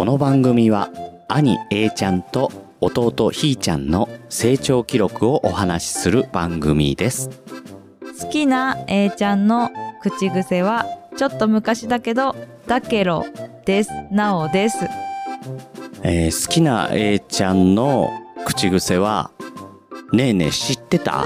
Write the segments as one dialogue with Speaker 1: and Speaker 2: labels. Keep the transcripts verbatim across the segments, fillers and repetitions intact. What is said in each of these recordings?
Speaker 1: の番組は兄 A ちゃんと弟ひーちゃんの成長記録をお話しする番組です。
Speaker 2: 好きな A ちゃんの口癖はちょっと昔だけどだけろです。なおです。
Speaker 1: えー、好きな A ちゃんの口癖はねえねえ知ってた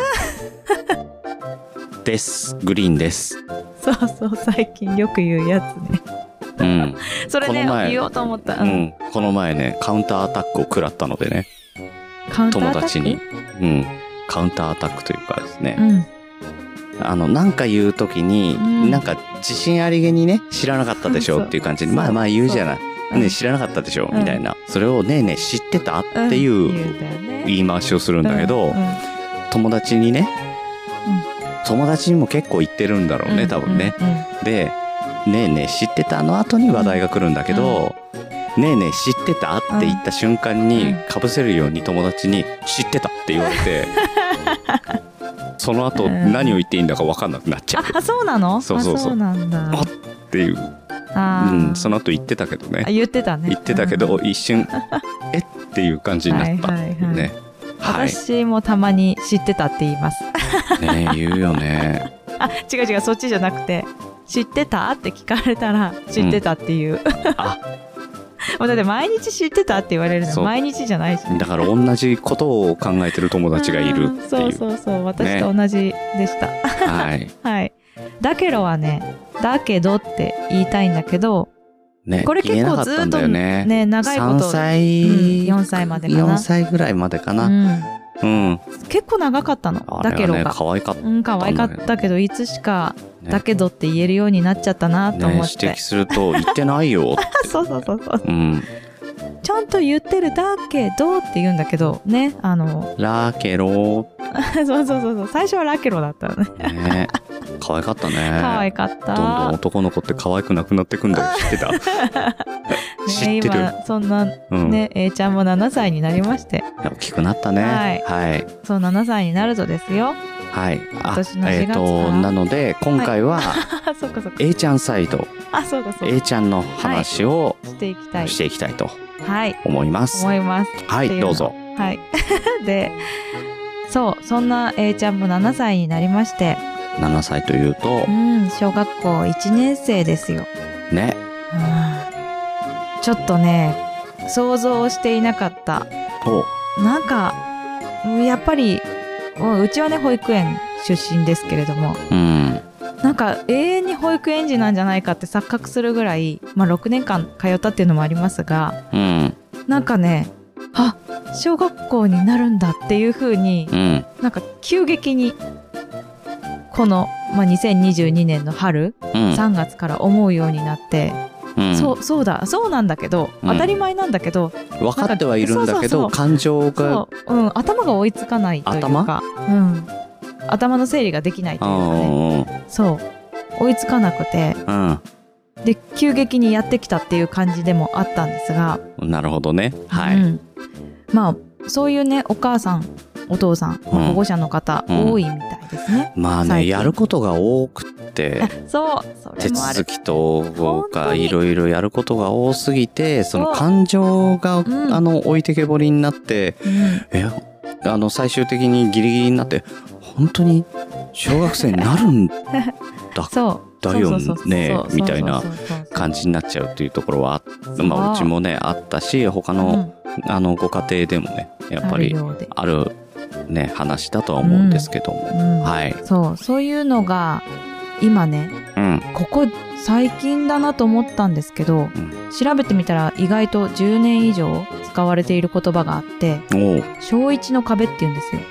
Speaker 1: です。グリーンです。
Speaker 2: そうそう、最近よく言うやつね。
Speaker 1: うん。
Speaker 2: それね言おうと思った、
Speaker 1: うん。うん。この前ねカウンターアタックを食らったのでね。
Speaker 2: カウンターアタック？友
Speaker 1: 達に、うん、カウンターアタックというかですね。
Speaker 2: うん。
Speaker 1: あのなんか言うときに、うん、なんか自信ありげにね知らなかったでしょっていう感じでまあまあ言うじゃない。ね、知らなかったでしょ、うん、みたいな。それをねえねえ知ってたっていう言い回しをするんだけど、うんうん、友達にね、うん、友達にも結構言ってるんだろうね、多分ね。うんうんうん、で、ねえねえ知ってたの後に話題が来るんだけど、うん、ねえねえ知ってたって言った瞬間に被せるように友達に知ってたって言われて、その後何を言っていいんだか分かんなくなっちゃう。
Speaker 2: あ、そうなの？
Speaker 1: そうそうそう。
Speaker 2: そうなんだ。
Speaker 1: あっていう。
Speaker 2: あ
Speaker 1: うん、その後言ってたけどね。
Speaker 2: あ、言ってたね。
Speaker 1: 言ってたけど、うん、一瞬えっていう感じになったね。はいはい
Speaker 2: はい、私もたまに知ってたって言います。
Speaker 1: ねえ言うよね。
Speaker 2: あ、違う違う、そっちじゃなくて知ってたって聞かれたら知ってたっていう。うん、あ。もうだって毎日知ってたって言われるの毎日じゃないし。
Speaker 1: だから同じことを考えてる友達がいるっていう。
Speaker 2: そうそうそう、私と同じでした。ね、
Speaker 1: はい
Speaker 2: はい。だけどはね、だけどって言いたいんだけど、ね、これ結構ずっと ね, ね長いこと
Speaker 1: さんさい、
Speaker 2: うん、よんさいまでかな。
Speaker 1: よんさいぐらいまでかな。うんうん、
Speaker 2: 結構長かったの。
Speaker 1: あれはね、
Speaker 2: だけどが
Speaker 1: 可愛かった、
Speaker 2: うん、可愛かったけどいつしかだけどって言えるようになっちゃったなと思って、
Speaker 1: ね、指摘すると言ってないよって
Speaker 2: そうそうそうそう、
Speaker 1: うん、
Speaker 2: ちゃんと言ってるだけどって言うんだけどね、あの
Speaker 1: ラケロ
Speaker 2: そうそうそうそう、最初はラケロだったの ね, ね
Speaker 1: 可愛かったね。
Speaker 2: 可愛かった。
Speaker 1: どんどん男の子って可愛くなくなってくんだよ。知ってた？知ってる。
Speaker 2: 今そんなね、うん、A ちゃんもななさいになりまして。
Speaker 1: 大きくなったね。はい。はい、
Speaker 2: そうななさいになるとですよ。
Speaker 1: はい。
Speaker 2: 今年のしがつか
Speaker 1: えーとなので今回は、
Speaker 2: はい、そうかそうか
Speaker 1: A ちゃんサイド、
Speaker 2: あ、そうかそうか
Speaker 1: A ちゃんの話を、
Speaker 2: はい、していきたい
Speaker 1: していきたいと
Speaker 2: はい
Speaker 1: 思います。
Speaker 2: 思います。
Speaker 1: はい、どうぞ。
Speaker 2: はい。で、そうそんな A ちゃんもななさいになりまして。
Speaker 1: ななさいというと、
Speaker 2: うん、小学校いちねん生ですよ。
Speaker 1: ね。
Speaker 2: うん、ちょっとね、想像していなかった。なんかやっぱりうちはね保育園出身ですけれども、うん、なんか永遠に保育園児なんじゃないかって錯覚するぐらい、まあ、ろくねんかん通ったっていうのもありますが、うん、なんかね、あ、小学校になるんだっていう風に、うん、なんか急激にこの、まあ、にせんにじゅうにねんの春、うん、さんがつから思うようになって、うん、そう、そうだ、そうなんだけど、うん、当たり前なんだけど、
Speaker 1: 分かってはいるんだけど、そうそうそう、感情が、
Speaker 2: うん、頭が追いつかないというか、頭、うん、頭の整理ができないというかね、そう追いつかなくて、うん、で急激にやってきたっていう感じでもあったんですが、
Speaker 1: なるほどね、はい、うん、
Speaker 2: まあそういうね、お母さんお父さん、うん、保護者の方、うん、多いみたいですね。
Speaker 1: まあね、やることが多くて、
Speaker 2: そう、それもある。
Speaker 1: 手続きとかいろいろやることが多すぎて、その感情が、うん、あの置いてけぼりになって、うん、えあの最終的にギリギリになって本当に小学生になるんだだよねみたいな感じになっちゃうっていうところは、まあうちもねあったし、他の、うん、あのご家庭でもねやっぱりあるね話だとは思うんですけども、うんうん、はい、
Speaker 2: そうそういうのが今ね、うん、ここ最近だなと思ったんですけど、うん、調べてみたら意外とじゅうねん以上使われている言葉があって、小いちの壁っていうんですよ。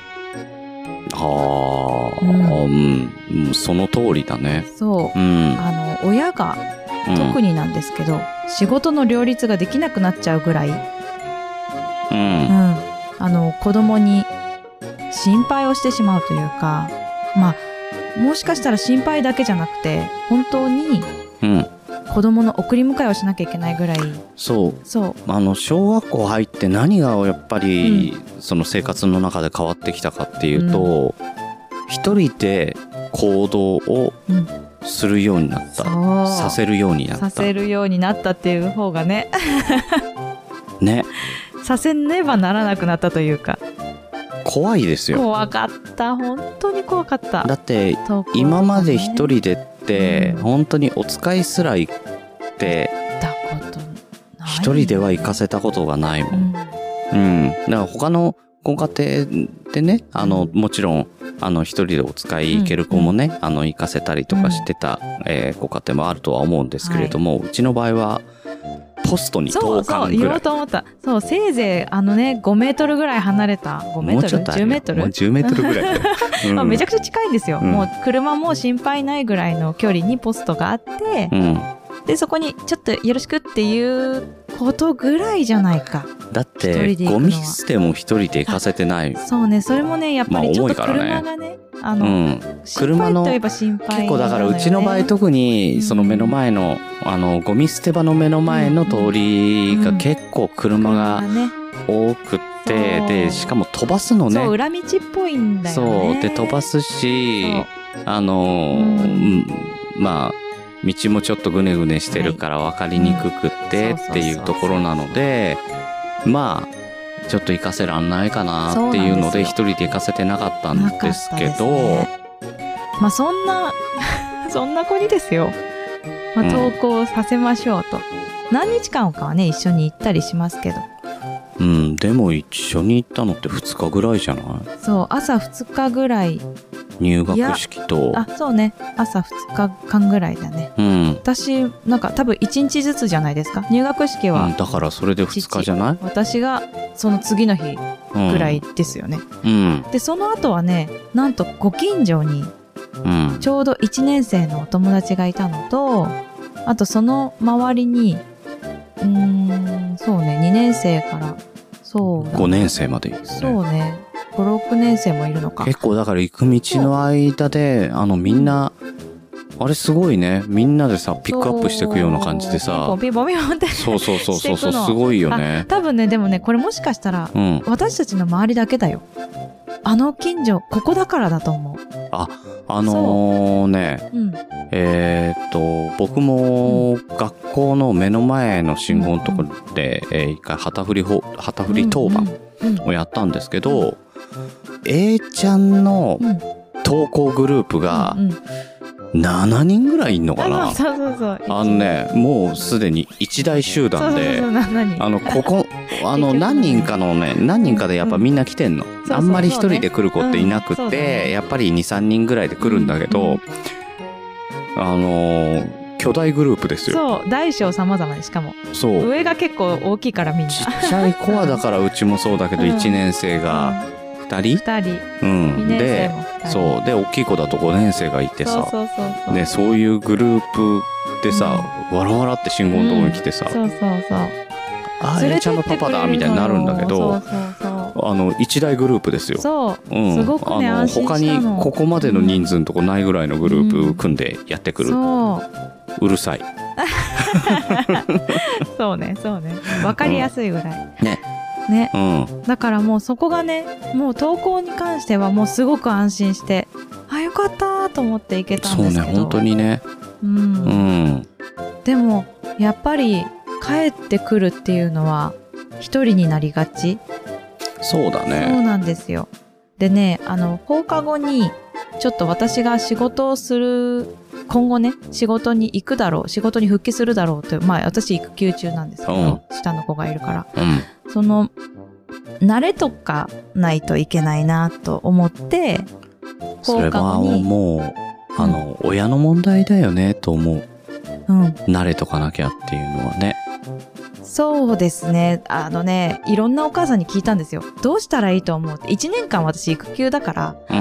Speaker 1: はあ、うんうん、その通りだね。
Speaker 2: そう、うん、あの親が特になんですけど、うん、仕事の両立ができなくなっちゃうぐらい、うんうん、あの子供に心配をしてしまうというか、まあもしかしたら心配だけじゃなくて本当に子供の送り迎えをしなきゃいけないぐらい、うん、
Speaker 1: そうそう、あの小学校入って何がやっぱり、うん、その生活の中で変わってきたかっていうと、うん、一人で行動をするようになった。させるようになった。
Speaker 2: させるようになったっていう方がね。
Speaker 1: ね。
Speaker 2: させねばならなくなったというか。
Speaker 1: 怖いですよ。
Speaker 2: 怖かった。本当に怖かった。
Speaker 1: だって、ね、今まで一人でって、うん、本当にお使いすら行って、一人では行かせたことがないもん。うん。うん、だから他のご家庭でね、あの、もちろん、あの、一人でお使い行ける子もね、うん、あの、行かせたりとかしてた、うん、えー、ご家庭もあるとは思うんですけれども、はい、うちの場合は、ポストにとおかんぐらい。そうそう、言おうと思った。そう、せいぜい、あのね、ごメートルぐらい離れた。ごメートル、もうちょっとじゅうメートル。もうじゅうメートルぐらい、
Speaker 2: うんまあ。めちゃくちゃ近いんですよ。うん、もう車も心配ないぐらいの距離にポストがあって、うん、で、そこにちょっとよろしくっていうことぐらいじゃないか。
Speaker 1: だって、ゴミ捨ても一人で行かせてない。
Speaker 2: そうね、それもね、やっぱりちょっと車がね、まあ、あの、うん、
Speaker 1: 車の、結構だからうちの場合特に、その目の前の、うん、あの、ゴミ捨て場の目の前の通りが結構車が多くって、うん、で、しかも飛ばすのね。
Speaker 2: そう、裏道っぽいんだよね。
Speaker 1: そう、で、飛ばすし、あの、うん、まあ、道もちょっとぐねぐねしてるから分かりにくくってっていうところなので、まあ、ちょっと行かせらんないかなっていうので、一人で行かせてなかったんですけど、ね、
Speaker 2: まあそんな、そんな子にですよ。まあ、登校させましょうと、うん。何日間かはね、一緒に行ったりしますけど。
Speaker 1: うん、でも一緒に行ったのってふつかぐらいじゃない？
Speaker 2: そう、朝ふつかぐらい。
Speaker 1: 入学式と。
Speaker 2: あ、そうね。朝ふつかかんぐらいだね。うん。私、なんか多分いちにちずつじゃないですか。入学式は。うん、
Speaker 1: だからそれでふつかじゃない？
Speaker 2: 私がその次の日ぐらいですよね。うん。で、その後はね、なんとご近所に、ちょうどいちねん生のお友達がいたのと、あとその周りに、うーん、そうね、にねん生から、そう。
Speaker 1: ごねん生までいいですね。
Speaker 2: そうね。ご、ろくねん生もいるのか。
Speaker 1: 結構だから行く道の間で、あのみんな、あれすごいね。みんなでさ、ピックアップしていくような感じでさ。
Speaker 2: ピンポンピンポンピンポンって。
Speaker 1: そうそうそうそうそう、すごいよね。
Speaker 2: 多分ね、でもね、これもしかしたら、うん、私たちの周りだけだよ。あの近所、ここだからだと思う。
Speaker 1: あ、あのー、ね、うん、えー、っと、僕も学校の目の前の信号のところで、うん、えー、一回旗振りほ、旗振り当番をやったんですけど、うんうん、A ちゃんの登校グループが、うんうんななにんぐらいいんのかな。
Speaker 2: そうそうそう。
Speaker 1: あのね、もうすでに一大集団で、
Speaker 2: そうそうそう、
Speaker 1: あの、ここ、あの、何人かのね、何人かでやっぱみんな来てんの。うん、あんまり一人で来る子っていなくて、うんね、やっぱりに、さんにんぐらいで来るんだけど、うんうん、あのー、巨大グループですよ。
Speaker 2: そう、大小様々にしかも。そう。上が結構大きいからみんな。
Speaker 1: ちっちゃい子はだからうちもそうだけど、いちねん生が、ふたり？
Speaker 2: ふたり。
Speaker 1: うん。で、そう。で、大きい子だとごねん生がいてさ。そうそうそうそう。ね、そういうグループでさ、うん、わらわらって信号のところに来てさ。うん、そうそうそう。あ、A ちゃんのパパだみたいになるんだけど、そうそうそう。あの、一大グループですよ。
Speaker 2: そう。うん。すごくね、安心したの。
Speaker 1: 他にここまでの人数のとこないぐらいのグループ組んでやってくる。うん、そう。うるさい。
Speaker 2: そうね、そうね。わかりやすいぐらい。
Speaker 1: うん、ね。
Speaker 2: ね、うん、だからもうそこがね、もう登校に関してはもうすごく安心して、あ、よかったと思って行けたんですけど。
Speaker 1: そうね、本当にね。
Speaker 2: うん。うん、でもやっぱり帰ってくるっていうのは一人になりがち。
Speaker 1: そうだね。
Speaker 2: そうなんですよ。でね、あの放課後にちょっと私が仕事をする、今後ね、仕事に行くだろう、仕事に復帰するだろうという、まあ私育休中なんですけど、うん、下の子がいるから、うん、その、慣れとかないといけないなと思って、
Speaker 1: それはもう、あの、うん、親の問題だよねと思う。うん。慣れとかなきゃっていうのはね。
Speaker 2: そうですね。あのね、いろんなお母さんに聞いたんですよ。どうしたらいいと思うって。いちねんかん私育休だから、うん、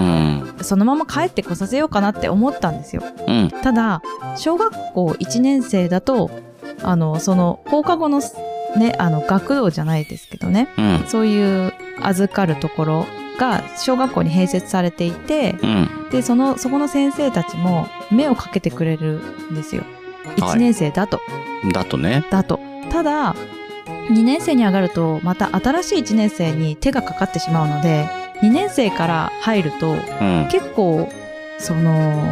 Speaker 2: そのまま帰ってこさせようかなって思ったんですよ。うん、ただ、小学校いちねん生だと、あの、その放課後のね、あの、学童じゃないですけどね、うん、そういう預かるところが小学校に併設されていて、うん、で、その、そこの先生たちも目をかけてくれるんですよ。いちねん生だと。
Speaker 1: はい、だとね。
Speaker 2: だと。ただ、にねん生に上がると、また新しいいちねん生に手がかかってしまうので、にねん生から入ると、うん、結構、その、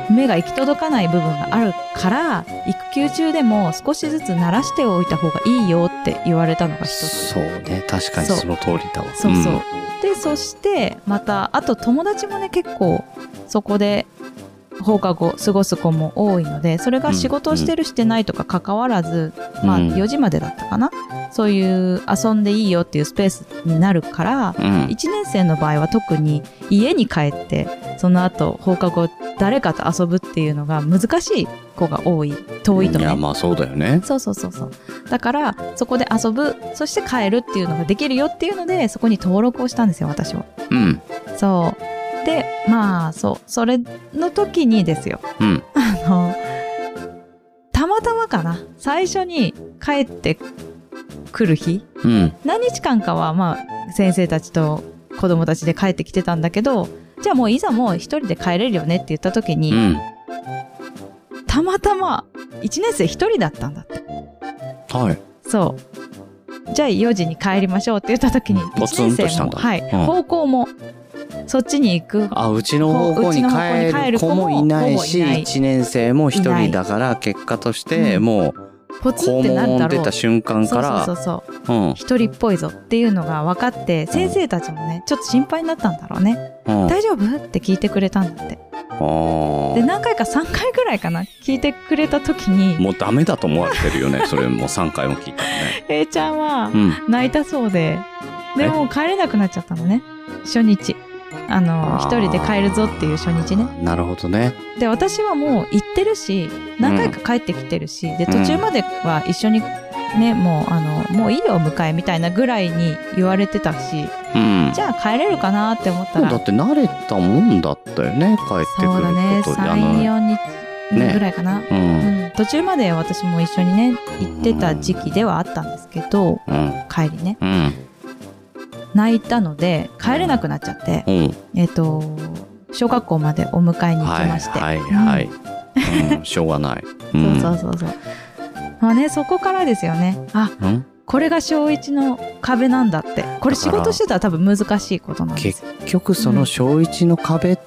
Speaker 2: 目が行き届かない部分があるから育休中でも少しずつ慣らしておいた方がいいよって言われたのが一つ。
Speaker 1: そうね、確かにその通りだわ。
Speaker 2: そうそう、うん、でそしてまたあと友達もね結構そこで放課後過ごす子も多いので、それが仕事をしてるしてないとか関わらず、うん、まあよじまでだったかな、そういう遊んでいいよっていうスペースになるから、うん、いちねん生の場合は特に家に帰ってその後放課後誰かと遊ぶっていうのが難しい子が多い、遠いとね。
Speaker 1: いやまあそうだよね。
Speaker 2: そうそうそうそう。だからそこで遊ぶ、そして帰るっていうのができるよっていうのでそこに登録をしたんですよ、私は。
Speaker 1: うん。
Speaker 2: そうでまあそうそれの時にですよ、
Speaker 1: うん、
Speaker 2: あのたまたまかな、最初に帰ってくる日、
Speaker 1: うん、
Speaker 2: 何日間かはまあ先生たちと子供たちで帰ってきてたんだけど、じゃあもういざもう一人で帰れるよねって言った時に、うん、たまたまいちねん生一人だったんだって。
Speaker 1: はい。
Speaker 2: そうじゃあよじに帰りましょうって言った時にいちねん生も、はい、うん、方向もそっちに行く、
Speaker 1: あ、うちの方向に帰る子もいないし、いちねん生も一人だから結果としてもう
Speaker 2: ポツンってなるだろう、
Speaker 1: 出た瞬間から
Speaker 2: そうそうそうそう、うん、一人っぽいぞっていうのが分かって、先生たちもねちょっと心配になったんだろうね、うん、大丈夫って聞いてくれたんだって。で何回かさんかいぐらいかな聞いてくれた時に
Speaker 1: もうダメだと思われてるよねそれもうさんかいも聞いたらね。
Speaker 2: A ちゃんは泣いたそうで、うん、でもう帰れなくなっちゃったのね、初日。あの一人で帰るぞっていう初日ね。
Speaker 1: なるほどね。
Speaker 2: で私はもう行ってるし何回か帰ってきてるし、うん、で途中までは一緒にね、うん、もうあのもういいよ迎えみたいなぐらいに言われてたし、うん、じゃあ帰れるかなって思ったら、
Speaker 1: だって慣れたもんだったよね、帰ってくること。
Speaker 2: そうだね、さん、よっかぐらいかな、ね、うんうん、途中まで私も一緒にね行ってた時期ではあったんですけど、うん、帰りね、うん、泣いたので帰れなくなっちゃって、うん、えっと小学校までお迎えに行きまして、
Speaker 1: はいはいはい、うんうん、しょうがない、
Speaker 2: うん、そうそうそうそう、まあね、そこからですよね。あ、うん、これが小いちの壁なんだって。これ仕事してたら多分難しいことなんですよ。
Speaker 1: 結局その小いちの壁って、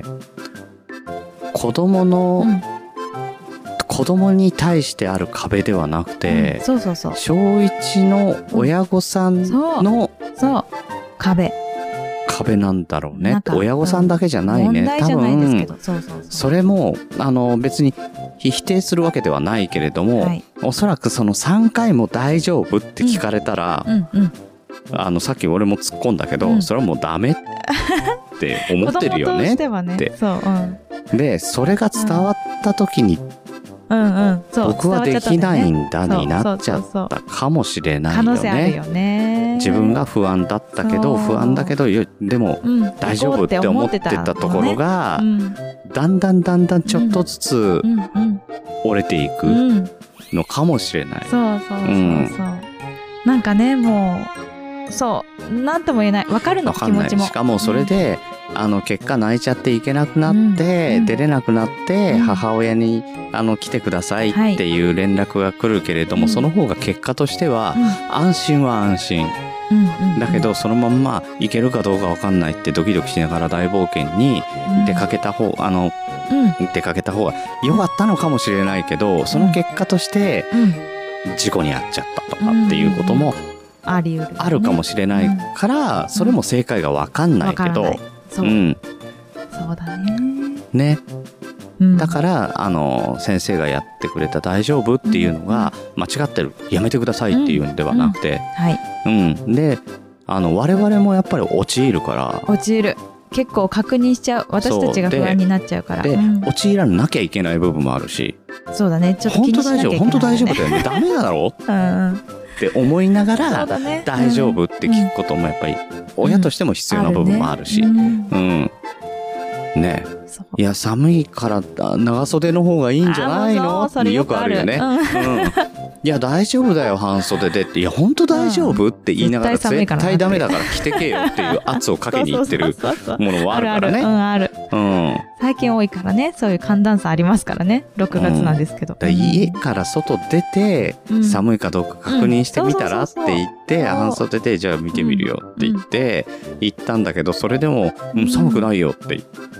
Speaker 1: うん、子供の、うん、子供に対してある壁ではなくて、
Speaker 2: うん、そうそうそう、
Speaker 1: 小いちの親御さんの、
Speaker 2: うん、そう、そう壁
Speaker 1: 壁なんだろうね。親御さんだけじゃないね。
Speaker 2: 問題じゃないですけど、そうそうそう。
Speaker 1: それもあの別に否定するわけではないけれども、はい、おそらくそのさんかいも大丈夫って聞かれたら、うんうんうん、あのさっき俺も突っ込んだけど、うん、それはもうダメって思ってるよねって。
Speaker 2: ね、そう、
Speaker 1: うん、でそれが伝わった時に、
Speaker 2: うんうんうん、そう
Speaker 1: 僕はできないんだになっちゃったかもしれないよね。
Speaker 2: 可能性あるよね。
Speaker 1: 自分が不安だったけど不安だけどでも大丈夫って思ってたところが、うん、だんだんだんだんちょっとずつ折れていくのかもしれない。
Speaker 2: そうそうそうそう、うん、なんかね、もうそうなんとも言えない。分かるの、気持ちも。
Speaker 1: しかもそれで、うん、あの結果泣いちゃっていけなくなって、うん、出れなくなって、うん、母親にあの来てくださいっていう連絡が来るけれども、はい、その方が結果としては、うん、安心は安心、うんうんうん、だけどそのまんま行けるかどうか分かんないってドキドキしながら大冒険に出かけた方、うん、あの、うん、出かけた方が良かったのかもしれないけど、その結果として事故に遭っちゃったとかっていうことも
Speaker 2: あり得る、ね、
Speaker 1: あるかもしれないから、うん、それも正解が分かんないけど、うん、
Speaker 2: そう、うん、そうだね。
Speaker 1: ね、うん、だからあの先生がやってくれた大丈夫っていうのが間違ってる、やめてくださいっていうんではなくて、うんうんはいうん、であの我々もやっぱり陥るから
Speaker 2: 陥る結構確認しちゃう。私たちが不安になっちゃうから。
Speaker 1: で、うん、陥らなきゃいけない部分もあるし、
Speaker 2: そうだね、ちょっと気にしなきゃいけない、ね、
Speaker 1: 本当大丈夫本当大丈夫だよねダメだろう、うんって思いながら、ね、大丈夫って聞くこともやっぱり親としても必要な部分もあるし、うん、うんね、いや寒いから長袖の方がいいんじゃないのってよくあるよね、うんうん、いや大丈夫だよ半袖でって、いや本当大丈夫、うん、って言いながら絶対ダメだから着てけよっていう圧をかけにいってるものはあるからね。
Speaker 2: ある、うん、最近多いからね、そういう寒暖差ありますからね。ろくがつなんですけど、
Speaker 1: うん、家から外出て、うん、寒いかどうか確認してみたらって言って半袖でじゃあ見てみるよって言って行ったんだけど、それでも、うん、寒くないよって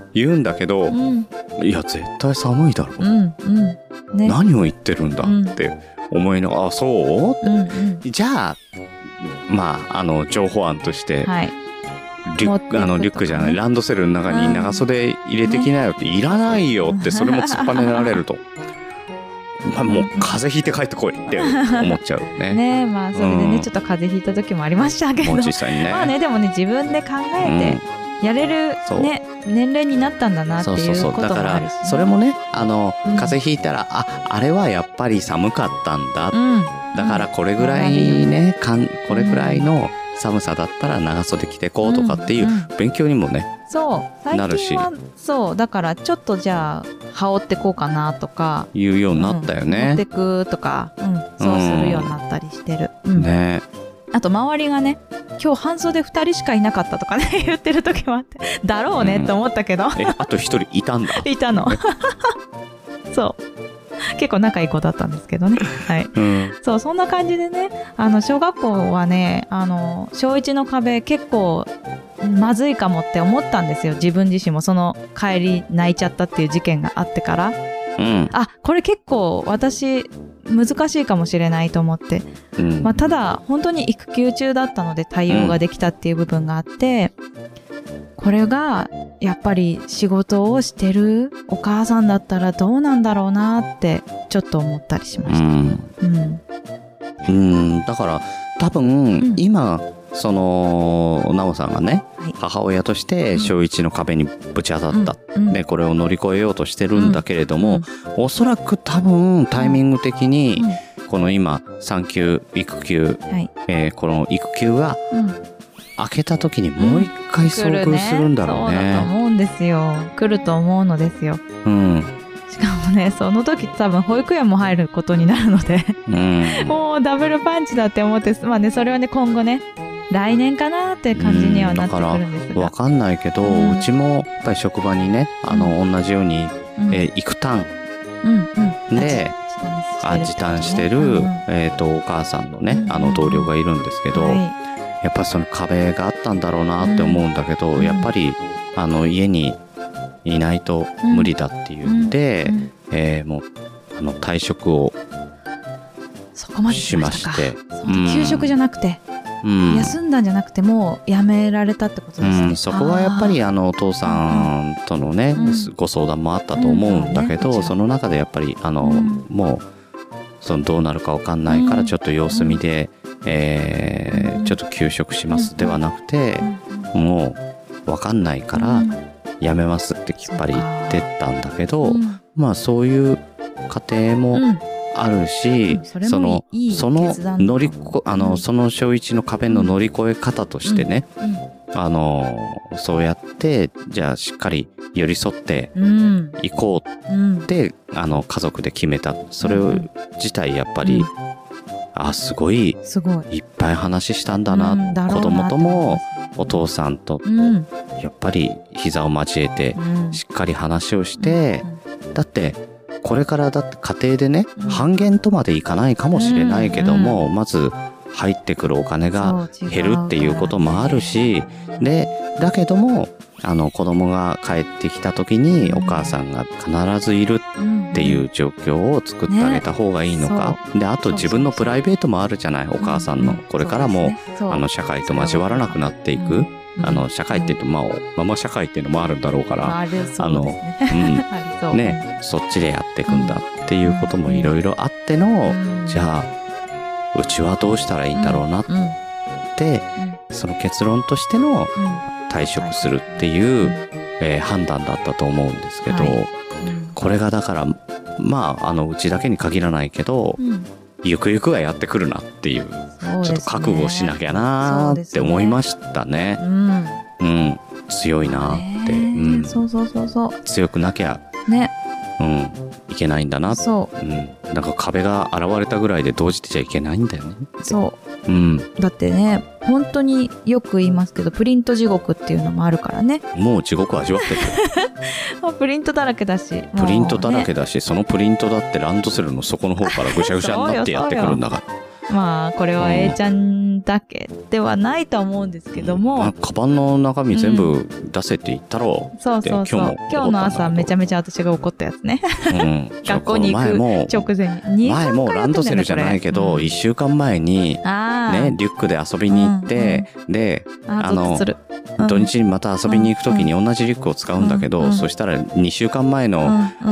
Speaker 1: 言うんだけど、うん、いや絶対寒いだろう、うんうんね、何を言ってるんだって思いながら、うん、あそう、うんうん、じゃあまああの情報案として、はい、リュックあのリュックじゃないランドセルの中に長袖入れてきなよって、いらないよってそれも突っぱねられると。まあ、もう風邪ひいて帰ってこいって思っちゃうね。ね
Speaker 2: まあそれでね、うん、ちょっと風邪ひいた時もありましたけど、
Speaker 1: 実際にね。
Speaker 2: まあねでもね自分で考えてやれるね、うん、年齢になったんだなっていうこともあるし、ね、そうそうそうだから
Speaker 1: それもねあの、うん、風邪ひいたらああれはやっぱり寒かったんだ、うん、だからこれぐらいね、うん、かんこれぐらいの寒さだったら長袖着てこうとかっていう勉強にもね、うんうん、
Speaker 2: そう最近はそうだからちょっとじゃあ羽織ってこうかなとか
Speaker 1: 言うようになったよね、
Speaker 2: うん、持ってくとか、うん、そうするようになったりしてる、うん、
Speaker 1: ね
Speaker 2: あと周りがね今日半袖ふたりしかいなかったとかね言ってる時もあってだろうねって思ったけど、うん、
Speaker 1: えあとひとりいたんだ
Speaker 2: いたのそう結構仲いい子だったんですけどね、はいうん、そうそんな感じでねあの小学校はねあの小いちの壁結構まずいかもって思ったんですよ。自分自身もその帰り泣いちゃったっていう事件があってから、うん、あこれ結構私難しいかもしれないと思って、うんまあ、ただ本当に育休中だったので対応ができたっていう部分があって、うん、これがやっぱり仕事をしてるお母さんだったらどうなんだろうなってちょっと思ったりしました、うん
Speaker 1: うんうん、だから多分、うん、今そのなおさんがね、はい、母親として小いちの壁にぶち当たった、うん、でこれを乗り越えようとしてるんだけれども、うん、おそらく多分タイミング的に、うん、この今産休育休、はいえー、この育休が明けた時にもう一回遭遇するんだろうね、うん、
Speaker 2: そうだと思うんですよ。来ると思うのですよ、うんしかもねその時多分保育園も入ることになるので、うん、もうダブルパンチだって思ってまあねそれはね今後ね来年かなって感じにはなってくるんですが、
Speaker 1: だから分かんないけど、うん、うちもやっぱり職場にねあの、うん、同じように、うんえー、育単、うんうん、で時短してる、うんえー、とお母さんのね、うん、あの同僚がいるんですけど、はい、やっぱりその壁があったんだろうなって思うんだけど、うん、やっぱりあの家にいないと無理だっていうんで、うんうんえー、もうあの退職を
Speaker 2: そこまでしまして、休職じゃなくて、うん、休んだんじゃなくてもう辞められたってことですね、うん、
Speaker 1: そこはやっぱりあのお父さんとのね、うん、ご相談もあったと思うんだけど、うんうんね、その中でやっぱりあの、うん、もうそのどうなるか分かんないからちょっと様子見で、うんえー、ちょっと休職しますではなくて、うん、もう分かんないから辞めますってきっぱり言ってたんだけど、うん、まあそういう家庭も、うんあるし、うん、そ, そのいいその乗りこあの、うん、その小一の壁の乗り越え方としてね、うんうん、あのそうやってじゃあしっかり寄り添っていこうって、うん、あの家族で決めたそれを自体やっぱり、うん、あすごいいっぱい話したんだな、うん、だ子供ともお父さんと、うん、やっぱり膝を交えてしっかり話をして、うん、だってこれからだって家庭でね、うん、半減とまでいかないかもしれないけども、うんうん、まず入ってくるお金が減るっていうこともあるし、でだけどもあの子供が帰ってきた時にお母さんが必ずいるっていう状況を作ってあげた方がいいのか、ね、であと自分のプライベートもあるじゃないお母さんのこれからも、うん、あの社会と交わらなくなっていく、あの社会っていうと、まあ、ママ社会っていうのもあるんだろうから、あの、うん、ね、そっちでやっていくんだっていうこともいろいろあっての、じゃあうちはどうしたらいいんだろうなって、その結論としての退職するっていう、えー、判断だったと思うんですけど、これがだからまああのうちだけに限らないけど、ゆくゆくはやってくるなっていう、ね、ちょっと覚悟しなきゃなーって思いましたね。う, ね、うん、うん、強いなって、うん、
Speaker 2: そうそうそうそう
Speaker 1: 強くなきゃね、うん、いけないんだな。そう、うん、なんか壁が現れたぐらいで動じてちゃいけないんだよね。
Speaker 2: そう、うん、だってね本当によく言いますけどプリント地獄っていうのもあるからね。
Speaker 1: もう地獄味わってる
Speaker 2: プリントだらけだし
Speaker 1: プリントだらけだし、ね、そのプリントだってランドセルの底の方からぐしゃぐしゃになってやってくるんだから
Speaker 2: まあこれは A ちゃんだけではないと思うんですけども、うん、
Speaker 1: カバンの中身全部出せって言ったろう、うん、
Speaker 2: そうそうそう。今日の朝めちゃめちゃ私が怒ったやつね、うん、学校に行く直前に
Speaker 1: 前もランドセルじゃないけど、うん、いっしゅうかんまえにねリュックで遊びに行って、うんうん、であの土日にまた遊びに行くときに同じリュックを使うんだけど、うんうん、そしたらにしゅうかんまえの、うんうん、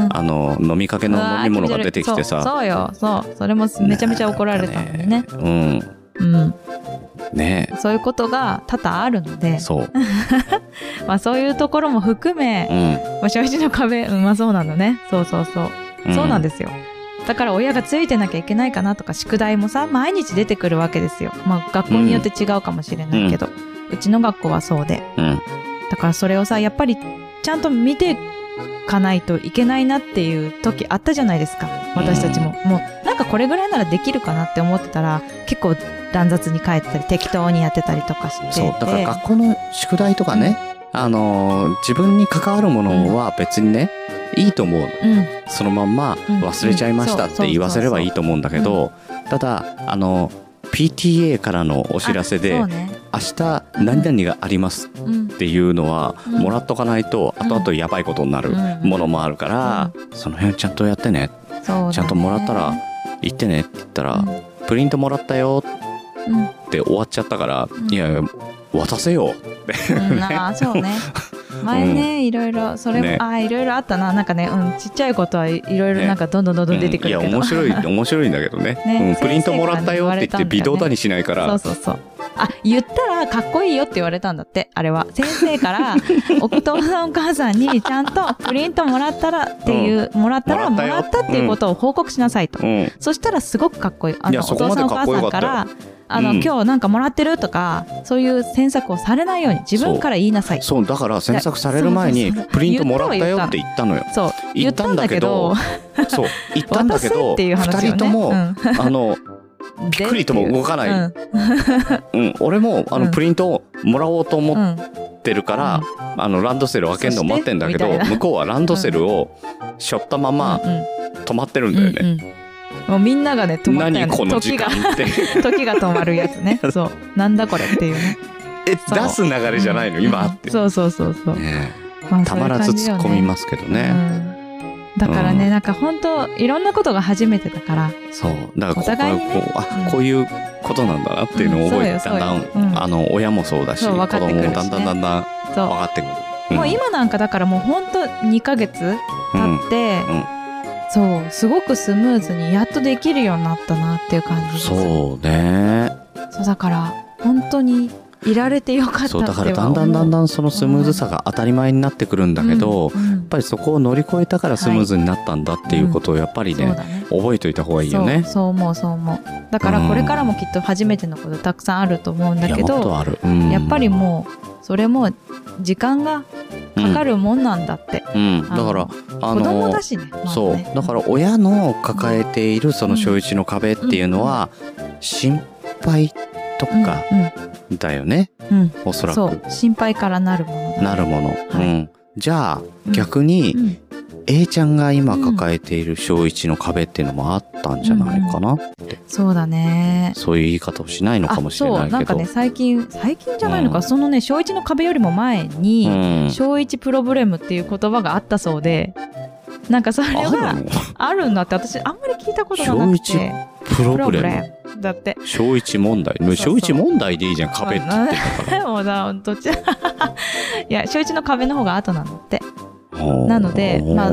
Speaker 1: あの飲みかけの飲み物が出てきてさ、
Speaker 2: そう、そうよ、そうそれもめちゃめちゃ怒られたのにね、
Speaker 1: うんうんね、
Speaker 2: そういうことが多々あるので、
Speaker 1: そう
Speaker 2: まあそういうところも含め、うんまあ、小一の壁、うん、まあそうなのね、そうそうそう、うん、そうなんですよ。だから親がついてなきゃいけないかなとか、宿題もさ毎日出てくるわけですよ。まあ学校によって違うかもしれないけど、うん、うちの学校はそうで、うん、だからそれをさやっぱりちゃんと見てかないといけないなっていう時あったじゃないですか、私たちも、うん、もうなんかこれぐらいならできるかなって思ってたら結構乱雑に帰ったり適当にやってたりとかしてて、
Speaker 1: そうだから学校の宿題とかね、うん、あの自分に関わるものは別にね、うん、いいと思う、うん、そのまんま忘れちゃいましたって言わせればいいと思うんだけど、ただあの ピーティーエー からのお知らせで、ね、明日何々がありますっていうのはもらっとかないと後々やばいことになるものもあるから、その辺ちゃんとやってね、ちゃんともらったら言ってねって言ったら、プリントもらったよって終わっちゃったから、いや渡せよって、
Speaker 2: うん、あそうね前ね、うん、いろいろそれも、ね、あいろいろあったな、なんかね、うん、ちっちゃいことはいろいろなんかどんどんどんどん出てくるけど、ね、うん、いや面白
Speaker 1: い面白いんだけど ね, ね、うん、プリントもらったよって言って微動だにしないから、
Speaker 2: そうそうそう、あ言ったらかっこいいよって言われたんだって、あれは先生からお父さんお母さんにちゃんとプリントもらったらっていう、うん、もらったらもらったっていうことを報告しなさいと、うん、そしたらすごくかっこいい、あのお父さんお母さんからあの、うん、今日なんかもらってるとかそういう詮索をされないように自分から言いなさい。
Speaker 1: そう、そうだから詮索される前にプリントもらったよって言ったのよ。そう
Speaker 2: 言ったんだけど
Speaker 1: そう言ったんだけどふたりとも、うん、あのびっくりとも動かない、うんうん、俺もあのプリントをもらおうと思ってるから、うん、あのランドセル開けるの待ってんだけど、向こうはランドセルを背負ったまま止まってるんだよね、うんうんうん、
Speaker 2: もうみんながね止まったよね、
Speaker 1: 何この時間って
Speaker 2: 時が止まるやつねそうなんだこれっていうね
Speaker 1: え出す流れじゃないの、うん、今って、
Speaker 2: そうそうそうそう、ね
Speaker 1: まあ、たまらず突っ込みますけどね、
Speaker 2: うん、だからね、うん、なんか本当いろんなことが初めてだから、
Speaker 1: そうだからここ、ね、こうあ、うん、こういうことなんだなっていうのを覚えて、うん、だんだん、うん、あの親もそうだし、そう子供もだんだんだんだん分かってくる、
Speaker 2: うん、もう今なんかだからもう本当にかげつ経って、うんうん、そうすごくスムーズにやっとできるようになったなっていう感じです。
Speaker 1: そうね、
Speaker 2: そうだから本当にいられてよかったって
Speaker 1: そうだからだんだんだんだんそのスムーズさが当たり前になってくるんだけど、うんうん、やっぱりそこを乗り越えたからスムーズになったんだっていうことをやっぱりね、はいうんね、覚えといた方がいいよね。
Speaker 2: そう、そう思うそう思う。だからこれからもきっと初めてのことたくさんあると思うんだけど、
Speaker 1: や、ある、うん、
Speaker 2: やっぱりもうそれも時間がかかるもんなんだって、
Speaker 1: うんうん、だから
Speaker 2: あの子供だしね、まあね、
Speaker 1: そうだから親の抱えているその小一の壁っていうのは心配とかだよね、うんうん、おそらくそう
Speaker 2: 心配からなるもの
Speaker 1: なるもの、はい、うん、じゃあ逆に、うん、A ちゃんが今抱えている小一の壁っていうのもあったんじゃないかなって、うんうん、
Speaker 2: そうだね、
Speaker 1: そういう言い方をしないのかもしれないけど、
Speaker 2: そうなんかね最近最近じゃないのか、うん、そのね小一の壁よりも前に、うん、小一プロブレムっていう言葉があったそうで、なんかそれがあるんだって私あんまり聞いたことがなくて、
Speaker 1: 小一プロブレム
Speaker 2: だって
Speaker 1: 小一問題、そうそう小一問題でいいじゃん、壁って言ってたから
Speaker 2: もうだどっちいや小一の壁の方が後なんだって。なのでまあ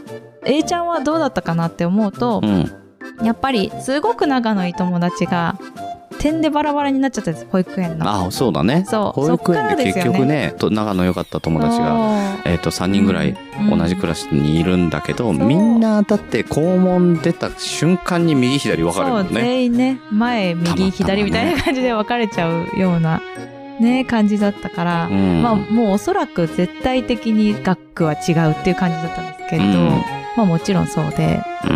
Speaker 2: A ちゃんはどうだったかなって思うと、うん、やっぱりすごく仲のいい友達が点でバラバラになっちゃったんです、保育園の。
Speaker 1: あ、そうだね。
Speaker 2: そう
Speaker 1: 保育園で結局ね、と仲の良かった友達が、えー、とさんにんぐらい同じクラスにいるんだけど、うんうん、みんなだって校門出た瞬間に右左分かれるもんね。
Speaker 2: そう全員ね前右左みたいな感じで分かれちゃうようなね感じだったから、うん、まあもうおそらく絶対的に学区は違うっていう感じだったんですけれど、うん、まあもちろんそうで、うん、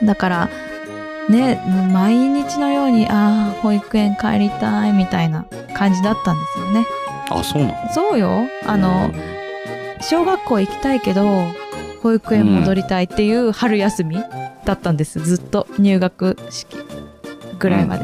Speaker 2: だからね、毎日のようにああ保育園帰りたいみたいな感じだったんですよね。
Speaker 1: あ、そうなの？
Speaker 2: そうよ。あの小学校行きたいけど保育園戻りたいっていう春休みだったんです、ずっと入学式ぐらいまで、うん、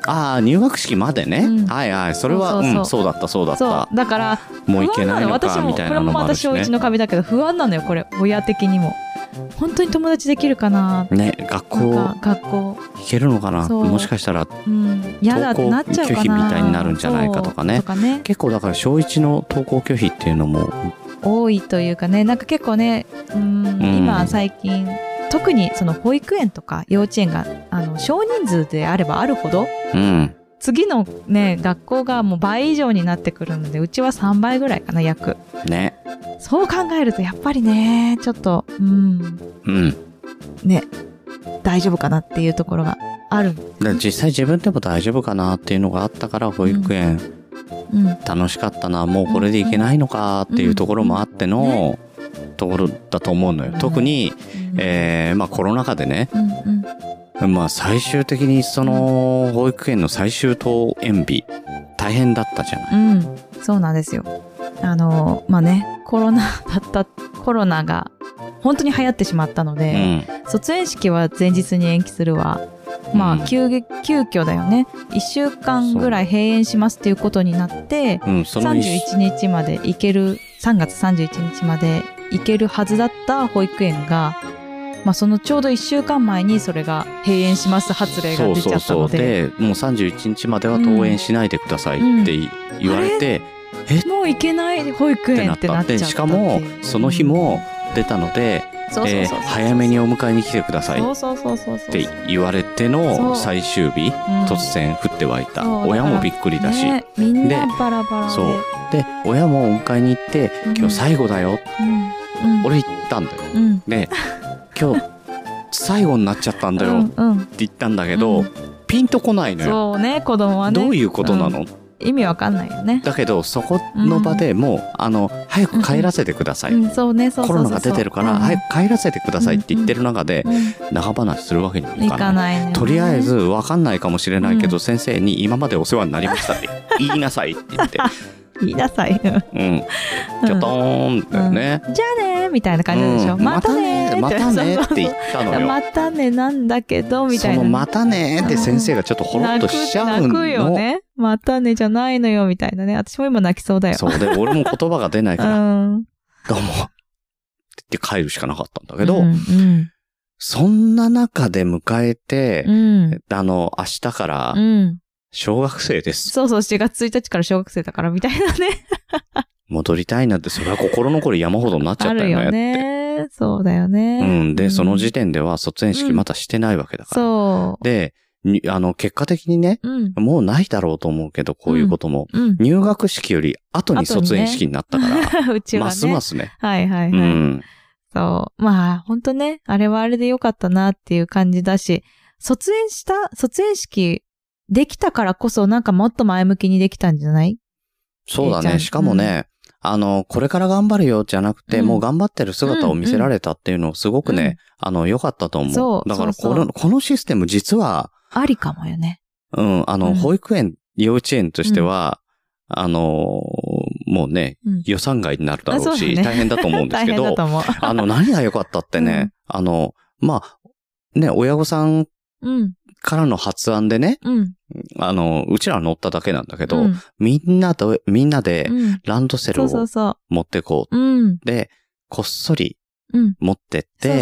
Speaker 1: ああ、入学式までね。うん、はいはい。それは、そうそうそう、うん、そうだった、そうだった。そう。
Speaker 2: だから、
Speaker 1: もういけないのかみたいなのもあるしね。
Speaker 2: これもまた小いちの壁だけど、不安なのよ、これ。親的にも。本当に友達できるかな
Speaker 1: ね、学校。
Speaker 2: 学校。
Speaker 1: 行けるのかな、もしかしたら、
Speaker 2: うん、嫌だってなっちゃうかな。
Speaker 1: 登校拒否みたいになるんじゃないかとかね。とかね。結構だから小いちの登校拒否っていうのも。
Speaker 2: 多いというかね、なんか結構ね、うん、うん、今最近、特にその保育園とか幼稚園があの少人数であればあるほど、
Speaker 1: うん、
Speaker 2: 次のね学校がもう倍以上になってくるので、うちはさんばいぐらいかな、約
Speaker 1: ね。
Speaker 2: そう考えるとやっぱりねちょっとうん
Speaker 1: うん
Speaker 2: ね大丈夫かなっていうところがある。
Speaker 1: 実際自分でも大丈夫かなっていうのがあったから保育園、うん、楽しかったな、もうこれでいけないのかっていうところもあっての、うんうんね、ところだと思うのよ。特に、うんえーまあ、コロナ禍でね、うんうん、まあ最終的にその保育園の最終登園日大変だったじゃない。
Speaker 2: うん、そうなんですよ。あのまあねコロナだったコロナが本当に流行ってしまったので、うん、卒園式は前日に延期するわ。まあ、急激、急遽だよね。いっしゅうかんぐらい閉園しますっていうことになって、うん、さんじゅういちにちまで行ける、さんがつさんじゅういちにちまで行けるはずだった保育園が、まあそのちょうどいっしゅうかんまえにそれが閉園します発令が出ちゃったので。そうそうそう。で、
Speaker 1: もうさんじゅういちにちまでは登園しないでくださいって言われて、
Speaker 2: うんうん、えもう行けない保育園ってなっちゃったって。
Speaker 1: しかも、その日も出たので、早めにお迎えに来てくださいって言われての最終日、突然降って湧いた。親もびっくりだし、
Speaker 2: ね、みんなバラバラで、
Speaker 1: そうで親もお迎えに行って、うん、今日最後だよ、うん、俺言ったんだよ、うん、で今日最後になっちゃったんだよって言ったんだけど、うん、ピンとこないのよ。
Speaker 2: そうね、子供はね、
Speaker 1: どういうことなの、うん
Speaker 2: 意味わかんないよね。
Speaker 1: だけどそこの場でもう、うん、あの早く帰らせてください、うんうん、そうね、そうそうそうそう、コロナが出てるから、うん、早く帰らせてくださいって言ってる中で、うんうん、長話するわけにもいかない。いかないね、とりあえずわかんないかもしれないけど、うん、先生に今までお世話になりましたって言いなさいって言って
Speaker 2: 言いなさい。うん。
Speaker 1: キョトーンだよね。
Speaker 2: じゃあねみたいな感じでしょ。またね
Speaker 1: またねって言ったのよ。
Speaker 2: またねなんだけどみたいな。
Speaker 1: そのまたねって先生がちょっとほろっとしちゃうの。
Speaker 2: 泣くよね。またねじゃないのよみたいなね。私も今泣きそうだよ。
Speaker 1: そうで俺も言葉が出ないから。どうもって言って帰るしかなかったんだけど。そんな中で迎えて、あの明日から。小学生です。
Speaker 2: そうそう、しがつついたちから小学生だからみたいなね。
Speaker 1: 戻りたいなって、それは心残り山ほどになっちゃったよねって。あるよ
Speaker 2: ね。そうだよね。
Speaker 1: うん。で、うん、その時点では卒園式またしてないわけだから。うん、そう。で、あの、結果的にね、うん、もうないだろうと思うけど、こういうことも。うん、入学式より後に卒園式になったから、うちはね、ますますね。
Speaker 2: はいはいはい。うん、そう。まあ、ほんとね、あれはあれでよかったなっていう感じだし、卒園した、卒園式、できたからこそなんかもっと前向きにできたんじゃない？
Speaker 1: そうだね。しかもね、うん、あの、これから頑張るよじゃなくて、うん、もう頑張ってる姿を見せられたっていうのすごくね、うん、あの、良かったと思う。そう。だからこの、そうそうこのシステム実は、
Speaker 2: ありかもよね。
Speaker 1: うん、あの、うん、保育園、幼稚園としては、うん、あの、もうね、うん、予算外になるだろうし、うね、大変だと思うんですけど、あの、何が良かったってね、うん、あの、まあ、ね、親御さん、うんからの発案でね、うん、あの、うちらは乗っただけなんだけど、うん、みんなと、みんなでランドセルを持ってこう。うん、で、こっそり持ってって、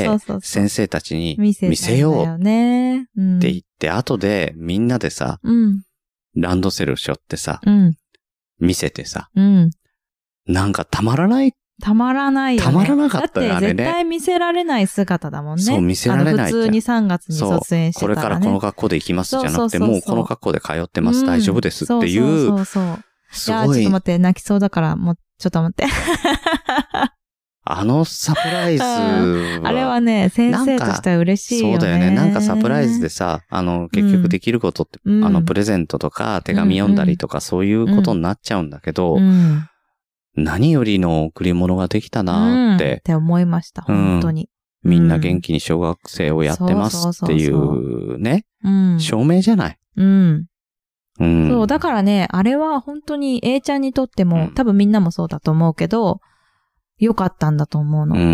Speaker 1: 先生たちに見せようって言って、後でみんなでさ、うん、ランドセル背負ってさ、うん、見せてさ、うん、なんかたまらない
Speaker 2: たまらないよね。
Speaker 1: たまらなかったよね。
Speaker 2: だって絶対見せられない姿だもんね。
Speaker 1: そう、見せられない。
Speaker 2: 普通にさんがつに卒園してたらね。
Speaker 1: そう、これからこの学校で行きますじゃなくて、そうそうそうそうもうこの学校で通ってます、うん、大丈夫ですっていう。そうそうそう
Speaker 2: すごい。いや、ちょっと待って、泣きそうだから、もう、ちょっと待って。
Speaker 1: あのサプライズは。
Speaker 2: あれはね、先生としては嬉しいよね。
Speaker 1: そうだよね。なんかサプライズでさ、あの、結局できることって、うん、あの、プレゼントとか手紙読んだりとか、そういうことになっちゃうんだけど、うんうん何よりの贈り物ができたなって、うん。って
Speaker 2: 思いました、本当に、
Speaker 1: うん。みんな元気に小学生をやってますっていうね、うん、証明じゃない、うん
Speaker 2: うん。そう、だからね、あれは本当に A ちゃんにとっても、うん、多分みんなもそうだと思うけど、良かったんだと思うの。うん、